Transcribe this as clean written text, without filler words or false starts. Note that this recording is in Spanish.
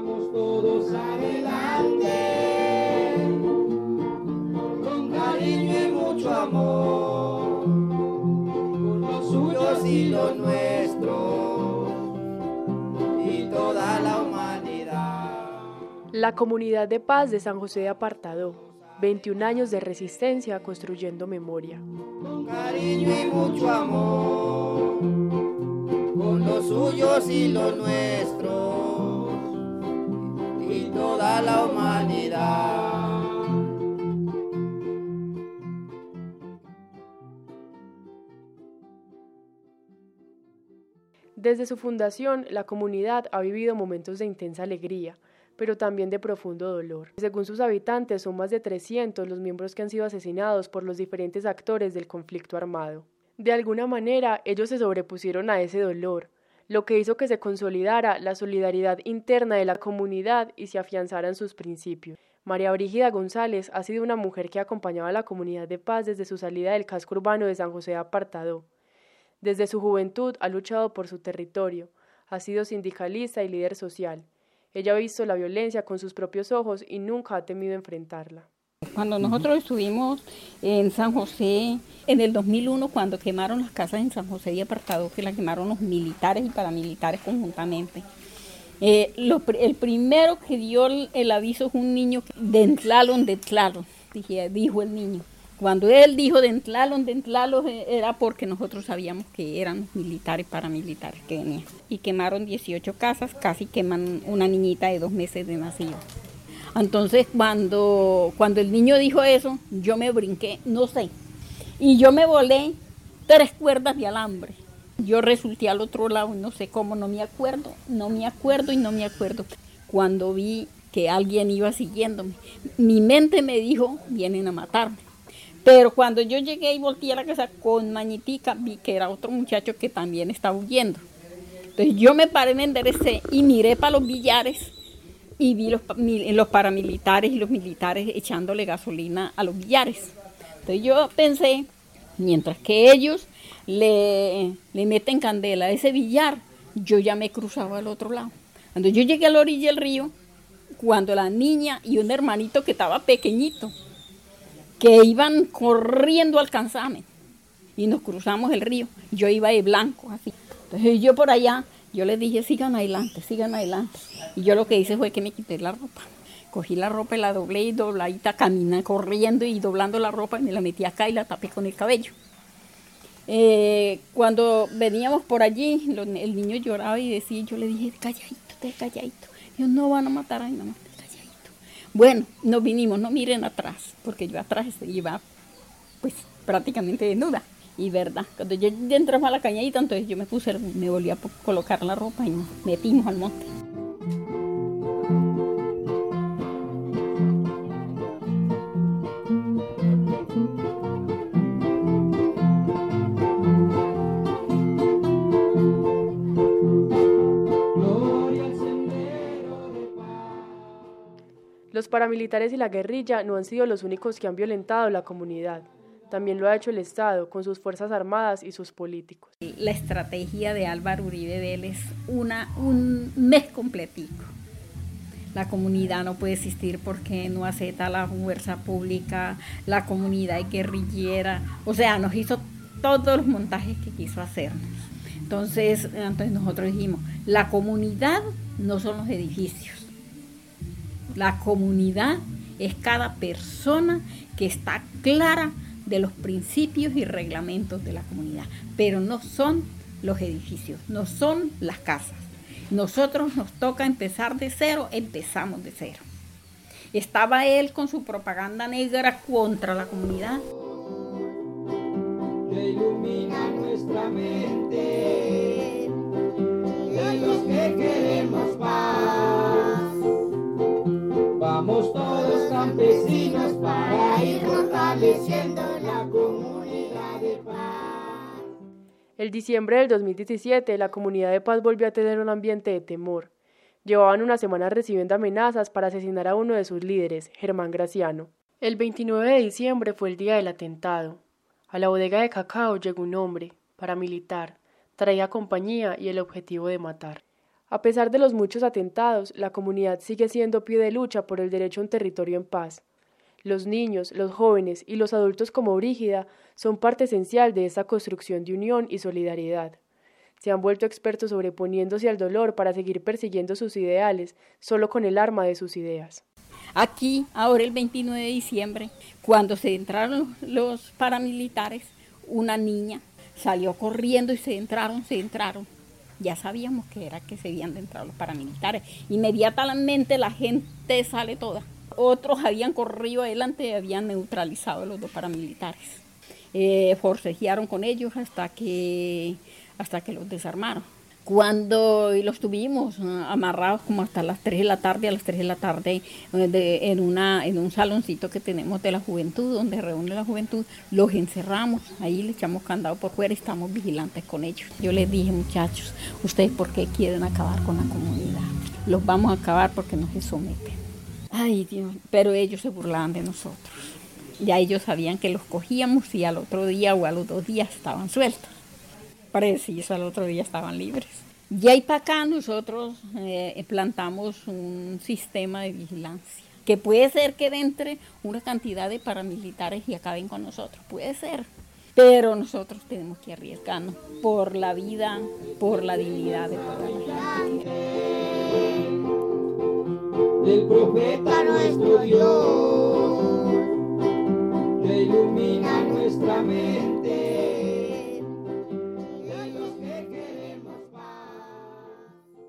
Vamos todos adelante, con cariño y mucho amor, con los suyos y los nuestros, y toda la humanidad. La Comunidad de Paz de San José de Apartadó, 21 años de resistencia construyendo memoria. Con cariño y mucho amor, con los suyos y los nuestros, y toda la humanidad. Desde su fundación, la comunidad ha vivido momentos de intensa alegría, pero también de profundo dolor. Según sus habitantes, son más de 300 los miembros que han sido asesinados por los diferentes actores del conflicto armado. De alguna manera, ellos se sobrepusieron a ese dolor, lo que hizo que se consolidara la solidaridad interna de la comunidad y se afianzaran sus principios. María Brígida González ha sido una mujer que ha acompañado a la Comunidad de Paz desde su salida del casco urbano de San José de Apartadó. Desde su juventud ha luchado por su territorio, ha sido sindicalista y líder social. Ella ha visto la violencia con sus propios ojos y nunca ha temido enfrentarla. Cuando nosotros estuvimos en San José, en el 2001, cuando quemaron las casas en San José de Apartadó, que las quemaron los militares y paramilitares conjuntamente, el primero que dio el aviso es un niño de Entlalon, dijo el niño. Cuando él dijo de Entlalon, era porque nosotros sabíamos que eran los militares, paramilitares que venían. Y quemaron 18 casas, casi queman una niñita de 2 meses de nacido. Entonces, cuando el niño dijo eso, yo me brinqué, no sé, y yo me volé 3 cuerdas de alambre. Yo resulté al otro lado, no sé cómo, no me acuerdo. Cuando vi que alguien iba siguiéndome, mi mente me dijo, vienen a matarme. Pero cuando yo llegué y volteé a la casa con mañitica, vi que era otro muchacho que también estaba huyendo. Entonces yo me paré, me enderecé y miré para los billares y vi los paramilitares y los militares echándole gasolina a los billares. Entonces yo pensé, mientras que ellos le meten candela a ese billar, yo ya me cruzaba al otro lado. Cuando yo llegué a la orilla del río, cuando la niña y un hermanito que estaba pequeñito, que iban corriendo a alcanzarme, y nos cruzamos el río, yo iba de blanco, así. Entonces yo por allá, yo les dije, sigan adelante, y yo lo que hice fue que me quité la ropa. Cogí la ropa y la doblé y dobladita, caminé corriendo y doblando la ropa, y me la metí acá y la tapé con el cabello. Cuando veníamos por allí, el niño lloraba y decía, yo le dije, calladito. Ellos no van a matar a mi mamá, calladito. Bueno, nos vinimos, no miren atrás, porque yo atrás iba pues prácticamente desnuda. Y verdad, cuando yo entraba a la cañadita, entonces yo me volví a colocar la ropa y nos metimos al monte. Los paramilitares y la guerrilla no han sido los únicos que han violentado la comunidad. También lo ha hecho el Estado con sus fuerzas armadas y sus políticos. La estrategia de Álvaro Uribe Vélez, un mes completico. La comunidad no puede existir porque no acepta la fuerza pública, la comunidad es guerrillera, o sea, nos hizo todos los montajes que quiso hacernos. Entonces nosotros dijimos, la comunidad no son los edificios. La comunidad es cada persona que está clara de los principios y reglamentos de la comunidad, pero no son los edificios, no son las casas. Nosotros nos toca empezar de cero, empezamos de cero. Estaba él con su propaganda negra contra la comunidad. Que ilumina nuestra mente, de los que queremos paz. Vamos todos campesinos para ir fortaleciendo la comunidad de paz. El diciembre del 2017, la Comunidad de Paz volvió a tener un ambiente de temor. Llevaban una semana recibiendo amenazas para asesinar a uno de sus líderes, Germán Graciano. El 29 de diciembre fue el día del atentado. A la bodega de cacao llegó un hombre, paramilitar, traía compañía y el objetivo de matar. A pesar de los muchos atentados, la comunidad sigue siendo pie de lucha por el derecho a un territorio en paz. Los niños, los jóvenes y los adultos como Brígida son parte esencial de esta construcción de unión y solidaridad. Se han vuelto expertos sobreponiéndose al dolor para seguir persiguiendo sus ideales, solo con el arma de sus ideas. Aquí, ahora el 29 de diciembre, cuando se entraron los paramilitares, una niña salió corriendo y se entraron. Ya sabíamos que era que se habían de entrar los paramilitares. Inmediatamente la gente sale toda. Otros habían corrido adelante y habían neutralizado a los dos paramilitares. Forcejearon con ellos hasta que los desarmaron. Cuando los tuvimos amarrados como hasta las 3 de la tarde, a las 3 de la tarde, en un saloncito que tenemos de la juventud, donde reúne la juventud, los encerramos, ahí le echamos candado por fuera y estamos vigilantes con ellos. Yo les dije, muchachos, ¿ustedes por qué quieren acabar con la comunidad? Los vamos a acabar porque no se someten. Ay, Dios, pero ellos se burlaban de nosotros. Ya ellos sabían que los cogíamos y al otro día o a los 2 días estaban sueltos. Preciso, al otro día estaban libres. Y ahí para acá nosotros plantamos un sistema de vigilancia, que puede ser que entre una cantidad de paramilitares y acaben con nosotros, puede ser, pero nosotros tenemos que arriesgarnos por la vida, por la dignidad de toda la gente. Del profeta nuestro Dios, que ilumina nuestra mente.